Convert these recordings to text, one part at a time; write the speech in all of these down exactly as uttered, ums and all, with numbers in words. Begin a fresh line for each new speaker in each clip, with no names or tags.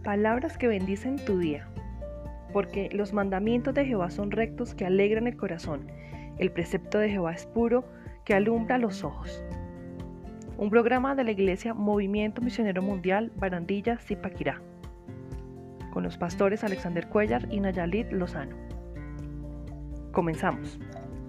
Palabras que bendicen tu día. Porque los mandamientos de Jehová son rectos que alegran el corazón. El precepto de Jehová es puro que alumbra los ojos. Un programa de la Iglesia Movimiento Misionero Mundial Barandilla Zipaquirá, con los pastores Alexander Cuellar y Nayalit Lozano. Comenzamos.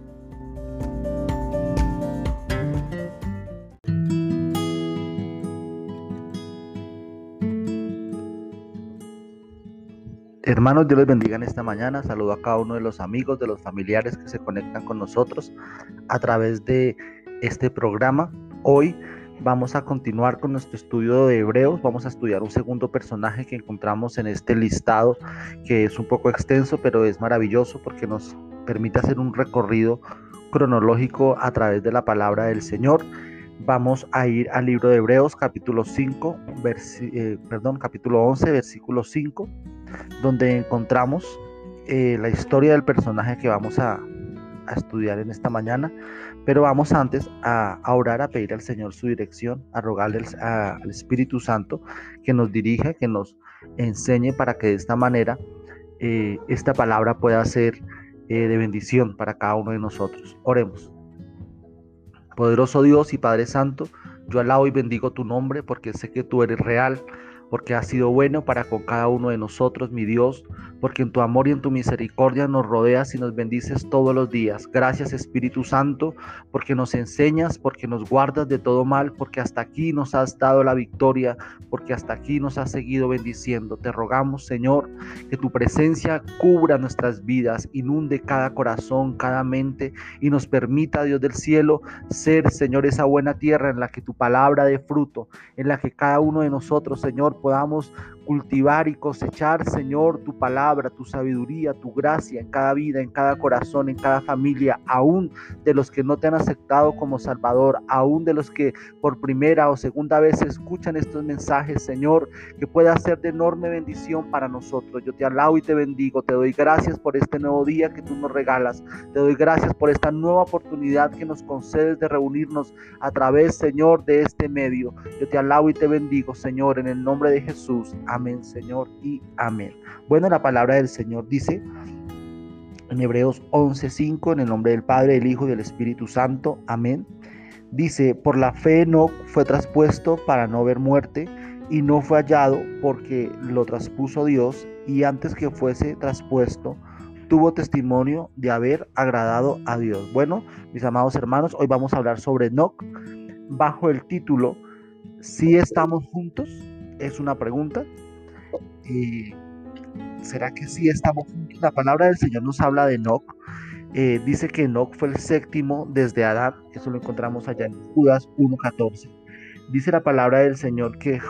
Hermanos, Dios les bendiga en esta mañana. Saludo a cada uno de los amigos, de los familiares que se conectan con nosotros a través de este programa. Hoy vamos a continuar con nuestro estudio de Hebreos. Vamos a estudiar un segundo personaje que encontramos en este listado, que es un poco extenso, pero es maravilloso porque nos permite hacer un recorrido cronológico a través de la palabra del Señor. Vamos a ir al libro de Hebreos, capítulo cinco, versi- eh, perdón, capítulo once, versículo cinco, donde encontramos eh, la historia del personaje que vamos a, a estudiar en esta mañana. Pero vamos antes a, a orar, a pedir al Señor su dirección, a rogarle al, a, al Espíritu Santo que nos dirija, que nos enseñe para que de esta manera eh, esta palabra pueda ser eh, de bendición para cada uno de nosotros. Oremos. Poderoso Dios y Padre Santo, yo alabo y bendigo tu nombre porque sé que tú eres real, porque has sido bueno para con cada uno de nosotros, mi Dios, porque en tu amor y en tu misericordia nos rodeas y nos bendices todos los días. Gracias, Espíritu Santo, porque nos enseñas, porque nos guardas de todo mal, porque hasta aquí nos has dado la victoria, porque hasta aquí nos has seguido bendiciendo. Te rogamos, Señor, que tu presencia cubra nuestras vidas, inunde cada corazón, cada mente y nos permita, Dios del cielo, ser, Señor, esa buena tierra en la que tu palabra dé fruto, en la que cada uno de nosotros, Señor, podamos cultivar y cosechar, Señor, tu palabra, tu sabiduría, tu gracia en cada vida, en cada corazón, en cada familia, aún de los que no te han aceptado como Salvador, aún de los que por primera o segunda vez escuchan estos mensajes, Señor, que pueda ser de enorme bendición para nosotros. Yo te alabo y te bendigo, te doy gracias por este nuevo día que tú nos regalas, te doy gracias por esta nueva oportunidad que nos concedes de reunirnos a través, Señor, de este medio. Yo te alabo y te bendigo, Señor, en el nombre de Jesús. Amén, Señor, y amén. Bueno, la palabra del Señor dice en Hebreos once cinco, en el nombre del Padre, del Hijo y del Espíritu Santo. Amén. Dice, por la fe Enoc fue traspuesto para no ver muerte, y no fue hallado porque lo traspuso Dios, y antes que fuese traspuesto, tuvo testimonio de haber agradado a Dios. Bueno, mis amados hermanos, hoy vamos a hablar sobre Enoc bajo el título ¿Si estamos juntos? Es una pregunta. Eh, ¿Será que sí estamos juntos? La palabra del Señor nos habla de Enoc. Eh, dice que Enoc fue el séptimo desde Adán. Eso lo encontramos allá en Judas uno catorce. Dice la palabra del Señor que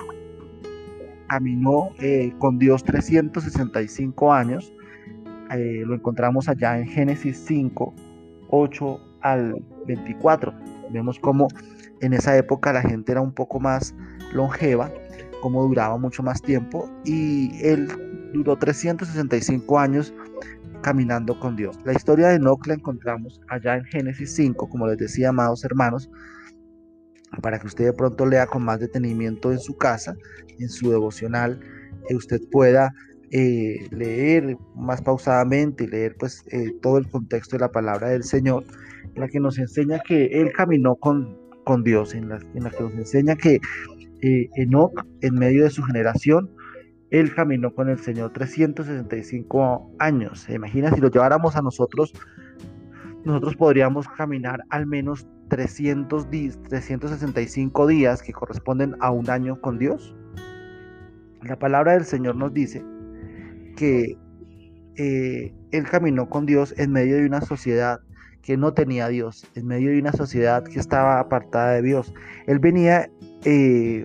caminó eh, con Dios trescientos sesenta y cinco años. Eh, lo encontramos allá en Génesis cinco, ocho al veinticuatro. Vemos cómo en esa época la gente era un poco más longeva, cómo duraba mucho más tiempo, y él duró trescientos sesenta y cinco años caminando con Dios. La historia de Enoc la encontramos allá en Génesis cinco, como les decía, amados hermanos, para que usted de pronto lea con más detenimiento en su casa, en su devocional, que usted pueda eh, leer más pausadamente y leer pues eh, todo el contexto de la palabra del Señor, en la que nos enseña que él caminó con, con Dios, en la, en la que nos enseña que eh, Enoc, en medio de su generación, él caminó con el Señor trescientos sesenta y cinco años. ¿Se imagina? Si lo lleváramos a nosotros, nosotros podríamos caminar al menos trescientos sesenta y cinco días, que corresponden a un año con Dios. La palabra del Señor nos dice que eh, él caminó con Dios en medio de una sociedad que no tenía a Dios, en medio de una sociedad que estaba apartada de Dios. Él venía eh,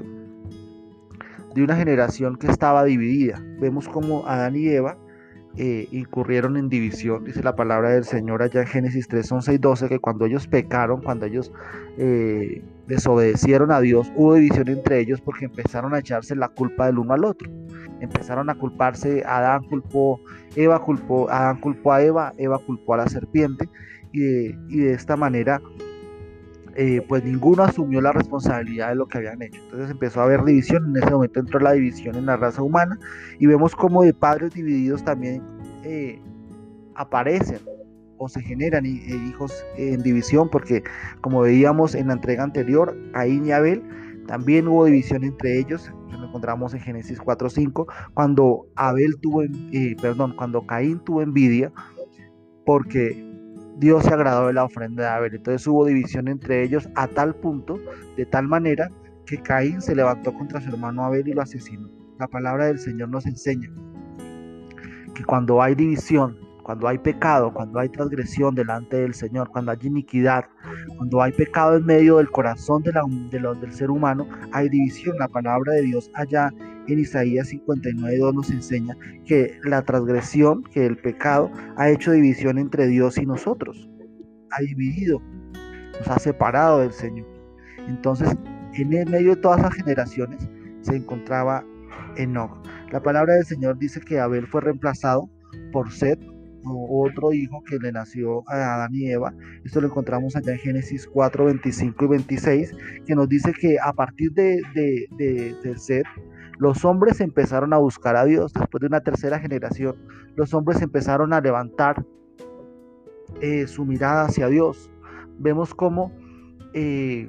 de una generación que estaba dividida. Vemos como Adán y Eva eh, incurrieron en división. Dice la palabra del Señor allá en Génesis tres, once y doce, que cuando ellos pecaron, cuando ellos eh, desobedecieron a Dios, hubo división entre ellos porque empezaron a echarse la culpa del uno al otro. Empezaron a culparse, Adán culpó, Eva culpó, Adán culpó a Eva, Eva culpó a la serpiente, y de, y de esta manera eh, pues ninguno asumió la responsabilidad de lo que habían hecho. Entonces empezó a haber división, en ese momento entró la división en la raza humana y vemos como de padres divididos también eh, aparecen o se generan hijos en división, porque como veíamos en la entrega anterior, Caín y Abel, también hubo división entre ellos. Lo encontramos en Génesis cuatro cinco, cuando Abel tuvo, eh, perdón, cuando Caín tuvo envidia porque Dios se agradó de la ofrenda de Abel. Entonces hubo división entre ellos a tal punto, de tal manera, que Caín se levantó contra su hermano Abel y lo asesinó. La palabra del Señor nos enseña que cuando hay división, cuando hay pecado, cuando hay transgresión delante del Señor, cuando hay iniquidad, cuando hay pecado en medio del corazón de la, de los, del ser humano, hay división. La palabra de Dios allá en Isaías cincuenta y nueve dos nos enseña que la transgresión, que el pecado ha hecho división entre Dios y nosotros, ha dividido, nos ha separado del Señor. Entonces, en el medio de todas las generaciones se encontraba Enoc. La palabra del Señor dice que Abel fue reemplazado por Set, otro hijo que le nació a Adán y Eva. Esto lo encontramos allá en Génesis cuatro, veinticinco y veintiséis, que nos dice que a partir de, de, de, de Set, los hombres empezaron a buscar a Dios. Después de una tercera generación, los hombres empezaron a levantar eh, su mirada hacia Dios. Vemos cómo eh,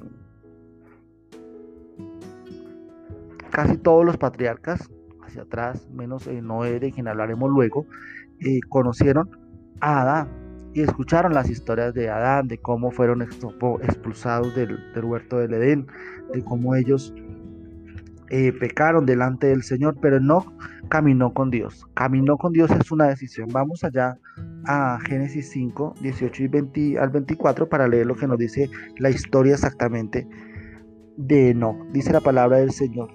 casi todos los patriarcas hacia atrás, menos eh, Noé, de quien hablaremos luego, eh, conocieron a Adán y escucharon las historias de Adán, de cómo fueron expulsados del, del huerto del Edén, de cómo ellos eh, pecaron delante del Señor, pero no caminó con Dios. Caminó con Dios es una decisión. Vamos allá a Génesis cinco, dieciocho y veinte al veinticuatro para leer lo que nos dice la historia exactamente de Enoc. Dice la palabra del Señor: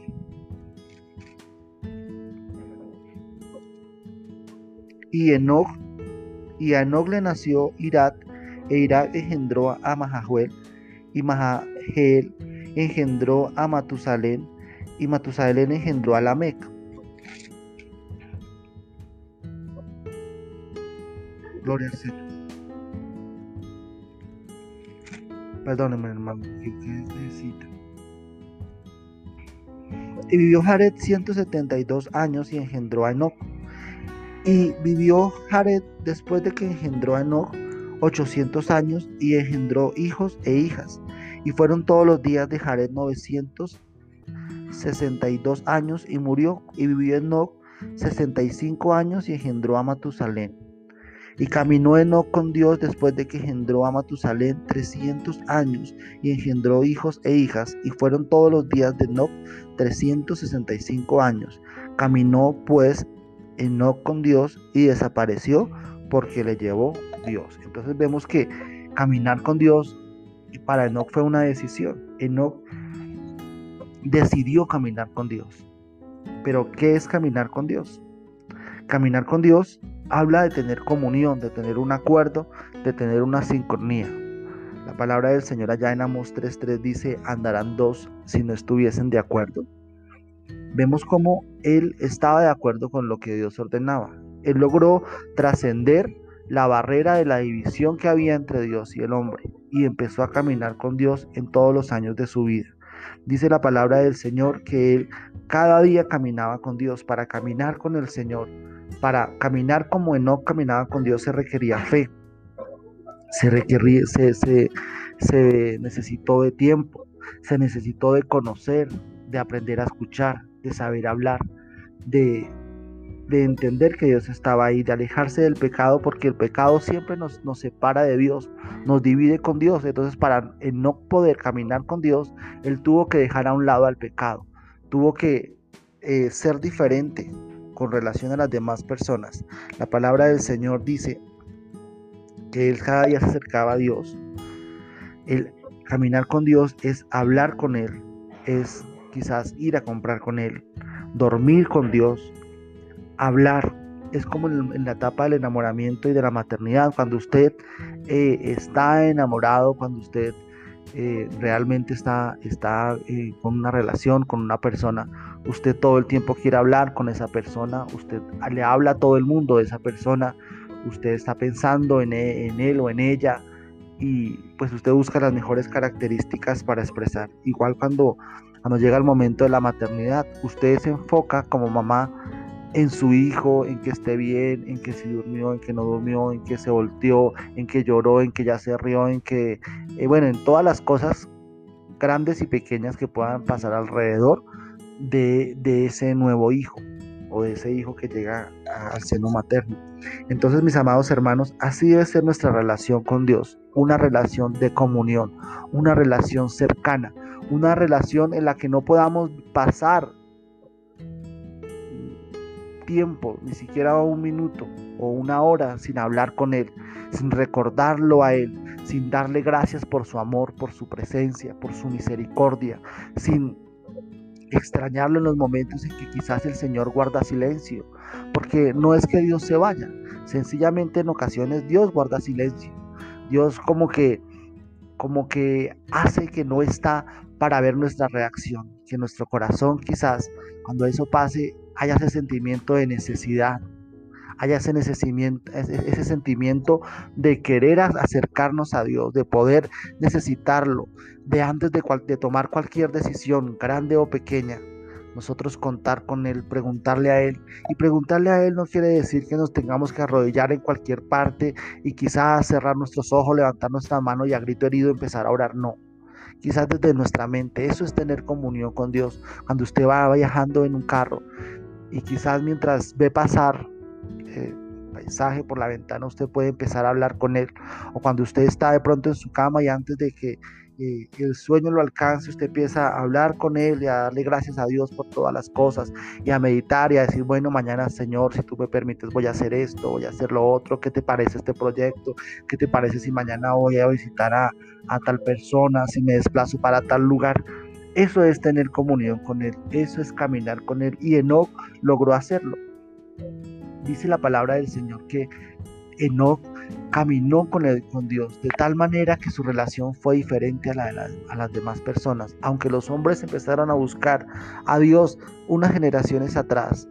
Y Enoc, y a Enoc le nació Irad, e Irad engendró a Mahajuel, y Mahajel engendró a Matusalén, y Matusalén engendró a Lamec. Gloria al Señor. Perdónenme, hermano, ¿qué necesita? Y vivió Jared ciento setenta y dos años y engendró a Enoc. Y vivió Jared después de que engendró a Enoc ochocientos años y engendró hijos e hijas. Y fueron todos los días de Jared novecientos sesenta y dos años y murió. Y vivió Enoc sesenta y cinco años y engendró a Matusalén. Y caminó Enoc con Dios después de que engendró a Matusalén trescientos años y engendró hijos e hijas. Y fueron todos los días de Enoc trescientos sesenta y cinco años. Caminó pues Enoc con Dios y desapareció porque le llevó Dios. Entonces vemos que caminar con Dios para Enoc fue una decisión. Enoc decidió caminar con Dios. Pero ¿qué es caminar con Dios? Caminar con Dios habla de tener comunión, de tener un acuerdo, de tener una sincronía. La palabra del Señor allá en Amós tres tres dice: andarán dos si no estuviesen de acuerdo. Vemos cómo él estaba de acuerdo con lo que Dios ordenaba. Él logró trascender la barrera de la división que había entre Dios y el hombre y empezó a caminar con Dios en todos los años de su vida. Dice la palabra del Señor que él cada día caminaba con Dios. Para caminar con el Señor, para caminar como Enoc caminaba con Dios, se requería fe, se, requería, se, se, se necesitó de tiempo, se necesitó de conocer, de aprender a escuchar, de saber hablar, de, de entender que Dios estaba ahí, de alejarse del pecado, porque el pecado siempre nos, nos separa de Dios, nos divide con Dios. Entonces, para no poder caminar con Dios, él tuvo que dejar a un lado al pecado, tuvo que eh, ser diferente con relación a las demás personas. La palabra del Señor dice que él cada día se acercaba a Dios. El caminar con Dios es hablar con Él, es quizás ir a comprar con Él, dormir con Dios, hablar. Es como en la etapa del enamoramiento y de la maternidad, cuando usted eh, está enamorado, cuando usted eh, realmente está, está eh, con una relación, con una persona, usted todo el tiempo quiere hablar con esa persona, usted le habla a todo el mundo de esa persona, usted está pensando en él, en él o en ella, y pues usted busca las mejores características para expresar. Igual cuando, cuando llega el momento de la maternidad, usted se enfoca como mamá en su hijo, en que esté bien, en que si durmió, en que no durmió, en que se volteó, en que lloró, en que ya se rió, en que, eh, bueno, en todas las cosas grandes y pequeñas que puedan pasar alrededor de, de ese nuevo hijo o de ese hijo que llega al seno materno. Entonces, mis amados hermanos, así debe ser nuestra relación con Dios, una relación de comunión, una relación cercana, una relación en la que no podamos pasar tiempo, ni siquiera un minuto o una hora sin hablar con Él, sin recordarlo a Él, sin darle gracias por su amor, por su presencia, por su misericordia, sin extrañarlo en los momentos en que quizás el Señor guarda silencio, porque no es que Dios se vaya, sencillamente en ocasiones Dios guarda silencio. Dios como que como que hace que no está para ver nuestra reacción, que nuestro corazón quizás cuando eso pase haya ese sentimiento de necesidad, haya ese, necesimiento, ese, ese sentimiento de querer acercarnos a Dios, de poder necesitarlo, de antes de, cual, de tomar cualquier decisión, grande o pequeña, nosotros contar con Él, preguntarle a Él. Y preguntarle a Él no quiere decir que nos tengamos que arrodillar en cualquier parte y quizás cerrar nuestros ojos, levantar nuestra mano y a grito herido empezar a orar, no. Quizás desde nuestra mente, eso es tener comunión con Dios. Cuando usted va viajando en un carro y quizás mientras ve pasar eh, paisaje por la ventana, usted puede empezar a hablar con Él. O cuando usted está de pronto en su cama y antes de que eh, el sueño lo alcance, usted empieza a hablar con Él y a darle gracias a Dios por todas las cosas y a meditar y a decir, bueno, mañana, Señor, si tú me permites, voy a hacer esto, voy a hacer lo otro. ¿Qué te parece este proyecto? ¿Qué te parece si mañana voy a visitar a, a tal persona, si me desplazo para tal lugar? Eso es tener comunión con Él, eso es caminar con Él, y Enoc logró hacerlo. Dice la palabra del Señor que Enoc caminó con, el, con Dios de tal manera que su relación fue diferente a la de las, a las demás personas. Aunque los hombres empezaron a buscar a Dios unas generaciones atrás,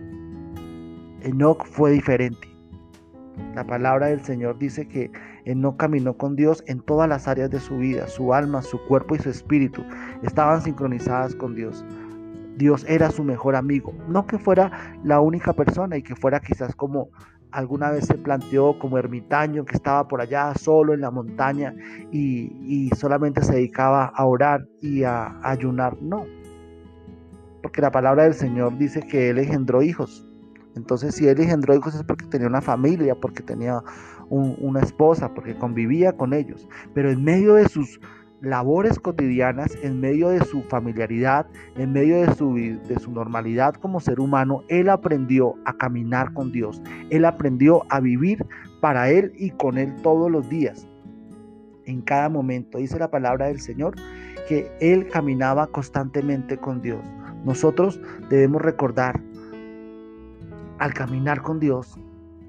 Enoc fue diferente. La palabra del Señor dice que Enoc caminó con Dios en todas las áreas de su vida. Su alma, su cuerpo y su espíritu estaban sincronizadas con Dios. Dios era su mejor amigo, no que fuera la única persona y que fuera quizás como alguna vez se planteó como ermitaño, que estaba por allá solo en la montaña y, y solamente se dedicaba a orar y a, a ayunar. No, porque la palabra del Señor dice que Él engendró hijos. Entonces, si Él engendró hijos es porque tenía una familia, porque tenía un, una esposa, porque convivía con ellos. Pero en medio de sus labores cotidianas, en medio de su familiaridad, en medio de su, de su normalidad como ser humano, Él aprendió a caminar con Dios. Él aprendió a vivir para Él y con Él todos los días, en cada momento. Dice la palabra del Señor que Él caminaba constantemente con Dios. Nosotros debemos recordar, al caminar con Dios,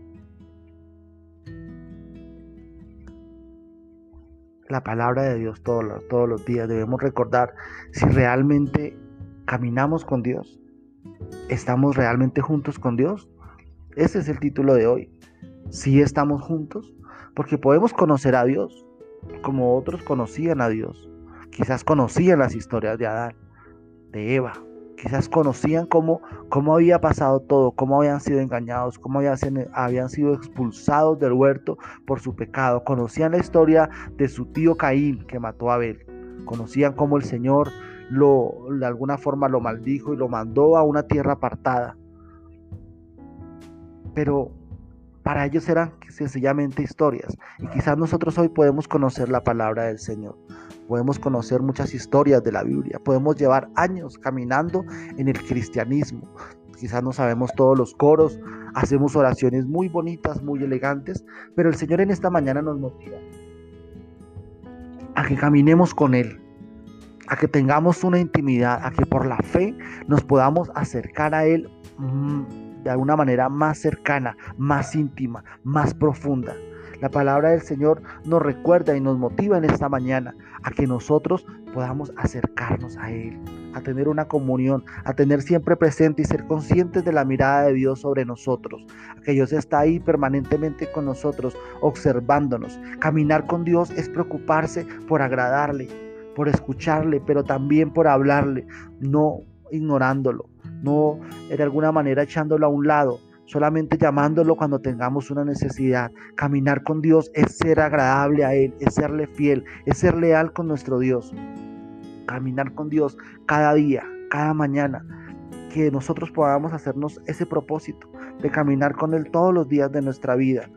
la palabra de Dios todos los, todos los días, debemos recordar si realmente caminamos con Dios, estamos realmente juntos con Dios. Ese es el título de hoy. Si estamos juntos, porque podemos conocer a Dios como otros conocían a Dios. Quizás conocían las historias de Adán, de Eva, quizás conocían cómo, cómo había pasado todo, cómo habían sido engañados, cómo habían, habían sido expulsados del huerto por su pecado. Conocían la historia de su tío Caín que mató a Abel. Conocían cómo el Señor lo, de alguna forma lo maldijo y lo mandó a una tierra apartada. Pero para ellos eran sencillamente historias. Y quizás nosotros hoy podemos conocer la palabra del Señor. Podemos conocer muchas historias de la Biblia. Podemos llevar años caminando en el cristianismo. Quizás no sabemos todos los coros. Hacemos oraciones muy bonitas, muy elegantes. Pero el Señor en esta mañana nos motiva a que caminemos con Él. A que tengamos una intimidad. A que por la fe nos podamos acercar a Él mmm, de alguna manera más cercana, más íntima, más profunda. La palabra del Señor nos recuerda y nos motiva en esta mañana a que nosotros podamos acercarnos a Él, a tener una comunión, a tener siempre presente y ser conscientes de la mirada de Dios sobre nosotros, a que Dios está ahí permanentemente con nosotros, observándonos. Caminar con Dios es preocuparse por agradarle, por escucharle, pero también por hablarle, no ignorándolo, no de alguna manera echándolo a un lado, solamente llamándolo cuando tengamos una necesidad. Caminar con Dios es ser agradable a Él, es serle fiel, es ser leal con nuestro Dios. Caminar con Dios cada día, cada mañana, que nosotros podamos hacernos ese propósito de caminar con Él todos los días de nuestra vida.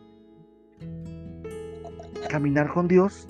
Caminar con Dios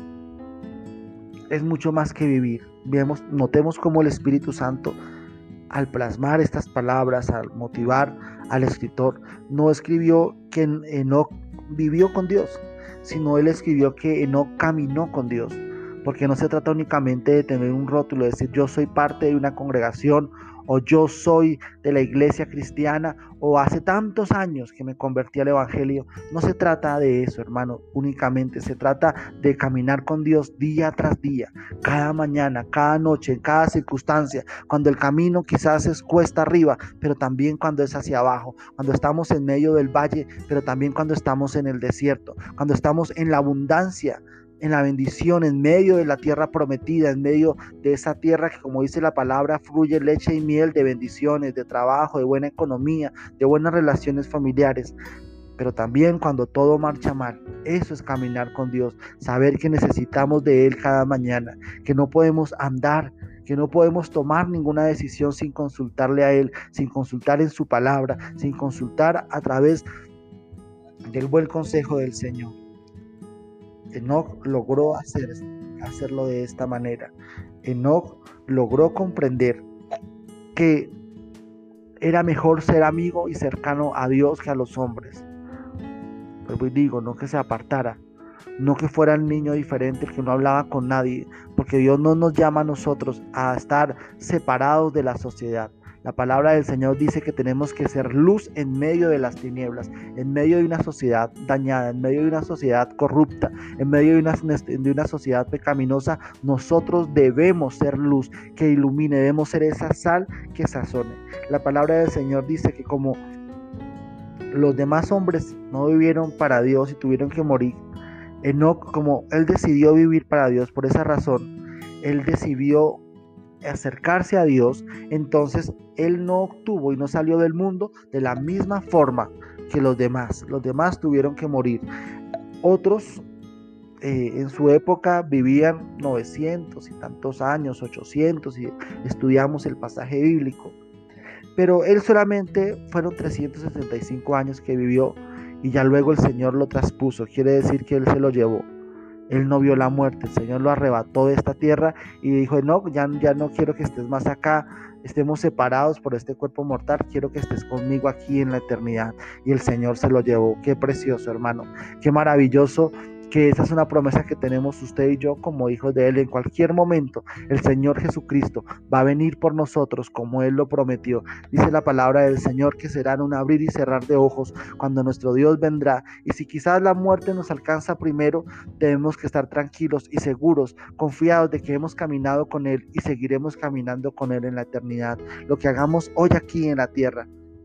es mucho más que vivir. Vemos, notemos cómo el Espíritu Santo, al plasmar estas palabras, al motivar al escritor, no escribió que Enoc vivió con Dios, sino él escribió que Enoc caminó con Dios, porque no se trata únicamente de tener un rótulo, de decir yo soy parte de una congregación, o yo soy de la iglesia cristiana, o hace tantos años que me convertí al evangelio. No se trata de eso, hermano, únicamente se trata de caminar con Dios día tras día, cada mañana, cada noche, en cada circunstancia, cuando el camino quizás es cuesta arriba, pero también cuando es hacia abajo, cuando estamos en medio del valle, pero también cuando estamos en el desierto, cuando estamos en la abundancia, en la bendición, en medio de la tierra prometida, en medio de esa tierra que, como dice la palabra, fluye leche y miel de bendiciones, de trabajo, de buena economía, de buenas relaciones familiares. Pero también cuando todo marcha mal, eso es caminar con Dios, saber que necesitamos de Él cada mañana, que no podemos andar, que no podemos tomar ninguna decisión sin consultarle a Él, sin consultar en su palabra, sin consultar a través del buen consejo del Señor. Enoc logró hacer, hacerlo de esta manera. Enoc logró comprender que era mejor ser amigo y cercano a Dios que a los hombres. Pues digo, no que se apartara, no que fuera el niño diferente, el que no hablaba con nadie, porque Dios no nos llama a nosotros a estar separados de la sociedad. La palabra del Señor dice que tenemos que ser luz en medio de las tinieblas, en medio de una sociedad dañada, en medio de una sociedad corrupta, en medio de una, de una sociedad pecaminosa. Nosotros debemos ser luz que ilumine, debemos ser esa sal que sazone. La palabra del Señor dice que como los demás hombres no vivieron para Dios y tuvieron que morir, Enoc, como él decidió vivir para Dios, por esa razón, él decidió acercarse a Dios. Entonces él no obtuvo y no salió del mundo de la misma forma que los demás. Los demás tuvieron que morir. Otros eh, en su época vivían novecientos y tantos años, ochocientos, y estudiamos el pasaje bíblico. Pero él solamente fueron trescientos setenta y cinco años que vivió, y ya luego el Señor lo traspuso. Quiere decir que él se lo llevó. Él no vio la muerte, el Señor lo arrebató de esta tierra y dijo, no, ya, ya no quiero que estés más acá, estemos separados por este cuerpo mortal, quiero que estés conmigo aquí en la eternidad. Y el Señor se lo llevó. Qué precioso, hermano, qué maravilloso, que esa es una promesa que tenemos usted y yo como hijos de Él. En cualquier momento el Señor Jesucristo va a venir por nosotros como Él lo prometió. Dice la palabra del Señor que será en un abrir y cerrar de ojos cuando nuestro Dios vendrá. Y si quizás la muerte nos alcanza primero, debemos que estar tranquilos y seguros, confiados de que hemos caminado con Él y seguiremos caminando con Él en la eternidad. Lo que hagamos hoy aquí en la tierra,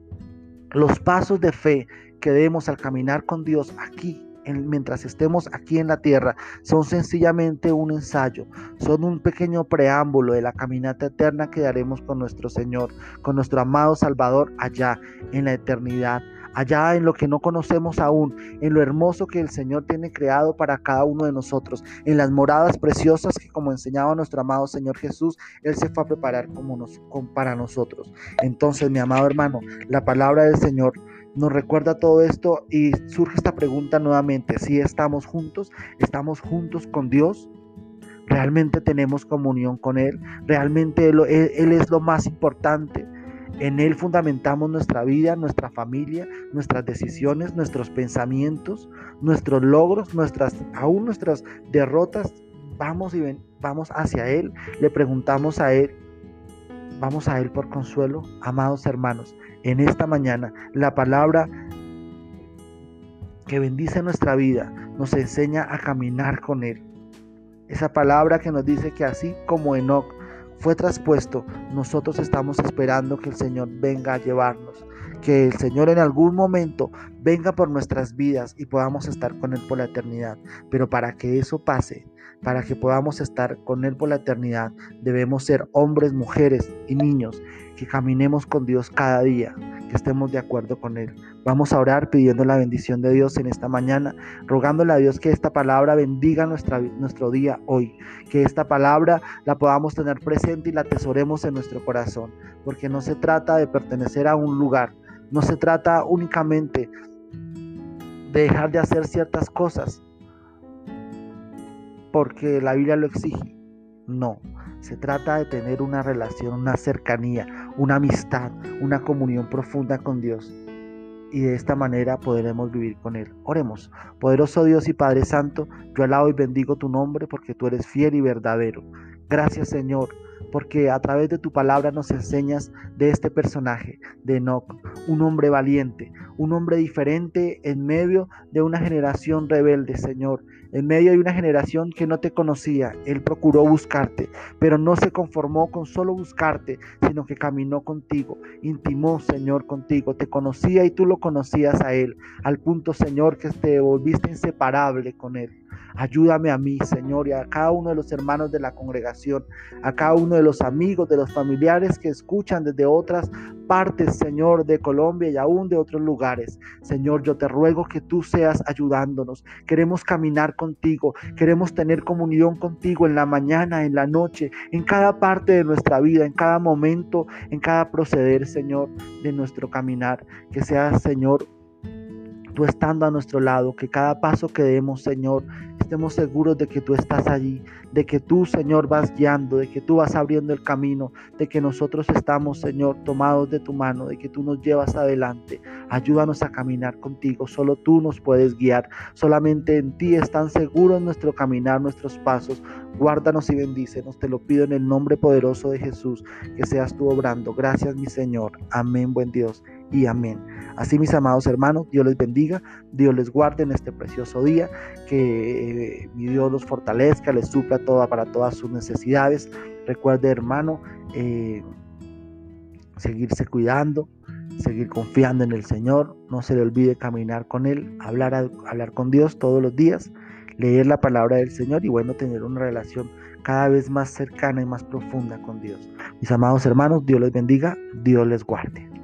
los pasos de fe que demos al caminar con Dios aquí, mientras estemos aquí en la tierra, son sencillamente un ensayo, son un pequeño preámbulo de la caminata eterna que daremos con nuestro Señor, con nuestro amado Salvador allá en la eternidad, allá en lo que no conocemos aún, en lo hermoso que el Señor tiene creado para cada uno de nosotros, en las moradas preciosas que, como enseñaba nuestro amado Señor Jesús, Él se fue a preparar como nos, como para nosotros. Entonces, mi amado hermano, la palabra del Señor nos recuerda todo esto y surge esta pregunta nuevamente: si estamos juntos, estamos juntos con Dios, realmente tenemos comunión con Él, realmente Él, Él, Él es lo más importante. En Él fundamentamos nuestra vida, nuestra familia, nuestras decisiones, nuestros pensamientos, nuestros logros, nuestras, aún nuestras derrotas. Vamos y ven, vamos hacia Él, le preguntamos a Él, vamos a Él por consuelo. Amados hermanos, en esta mañana la palabra que bendice nuestra vida, nos enseña a caminar con Él. Esa palabra que nos dice que así como Enoc fue traspuesto, nosotros estamos esperando que el Señor venga a llevarnos, que el Señor en algún momento venga por nuestras vidas y podamos estar con Él por la eternidad. Pero para que eso pase, para que podamos estar con Él por la eternidad, debemos ser hombres, mujeres y niños que caminemos con Dios cada día, que estemos de acuerdo con Él. Vamos a orar pidiendo la bendición de Dios en esta mañana, rogándole a Dios que esta palabra bendiga nuestra, nuestro día hoy, que esta palabra la podamos tener presente y la atesoremos en nuestro corazón, porque no se trata de pertenecer a un lugar, no se trata únicamente de dejar de hacer ciertas cosas porque la Biblia lo exige. No, se trata de tener una relación, una cercanía, una amistad, una comunión profunda con Dios. Y de esta manera podremos vivir con Él. Oremos. Poderoso Dios y Padre Santo, yo alabo y bendigo tu nombre porque tú eres fiel y verdadero. Gracias, Señor, porque a través de tu palabra nos enseñas de este personaje, de Enoc, un hombre valiente, un hombre diferente en medio de una generación rebelde, Señor. En medio de una generación que no te conocía, Él procuró buscarte, pero no se conformó con solo buscarte, sino que caminó contigo, intimó, Señor, contigo, te conocía y tú lo conocías a Él, al punto, Señor, que te volviste inseparable con Él. Ayúdame a mí, Señor, y a cada uno de los hermanos de la congregación, a cada uno de los amigos, de los familiares que escuchan desde otras partes, Señor, de Colombia y aún de otros lugares. Señor, yo te ruego que tú seas ayudándonos. Queremos caminar contigo, queremos tener comunión contigo en la mañana, en la noche, en cada parte de nuestra vida, en cada momento, en cada proceder, Señor, de nuestro caminar. Que seas, Señor, tú estando a nuestro lado, que cada paso que demos, Señor, estemos seguros de que tú estás allí, de que tú, Señor, vas guiando, de que tú vas abriendo el camino, de que nosotros estamos, Señor, tomados de tu mano, de que tú nos llevas adelante. Ayúdanos a caminar contigo, solo tú nos puedes guiar, solamente en ti están seguros nuestro caminar, nuestros pasos. Guárdanos y bendícenos, te lo pido en el nombre poderoso de Jesús, que seas tú obrando. Gracias, mi Señor. Amén, buen Dios, y amén. Así, mis amados hermanos, Dios les bendiga, Dios les guarde en este precioso día, que eh, mi Dios los fortalezca, les supla toda para todas sus necesidades. Recuerde, hermano, eh, seguirse cuidando, seguir confiando en el Señor, no se le olvide caminar con Él, hablar, a, hablar con Dios todos los días, leer la palabra del Señor y bueno, tener una relación cada vez más cercana y más profunda con Dios. Mis amados hermanos, Dios les bendiga, Dios les guarde.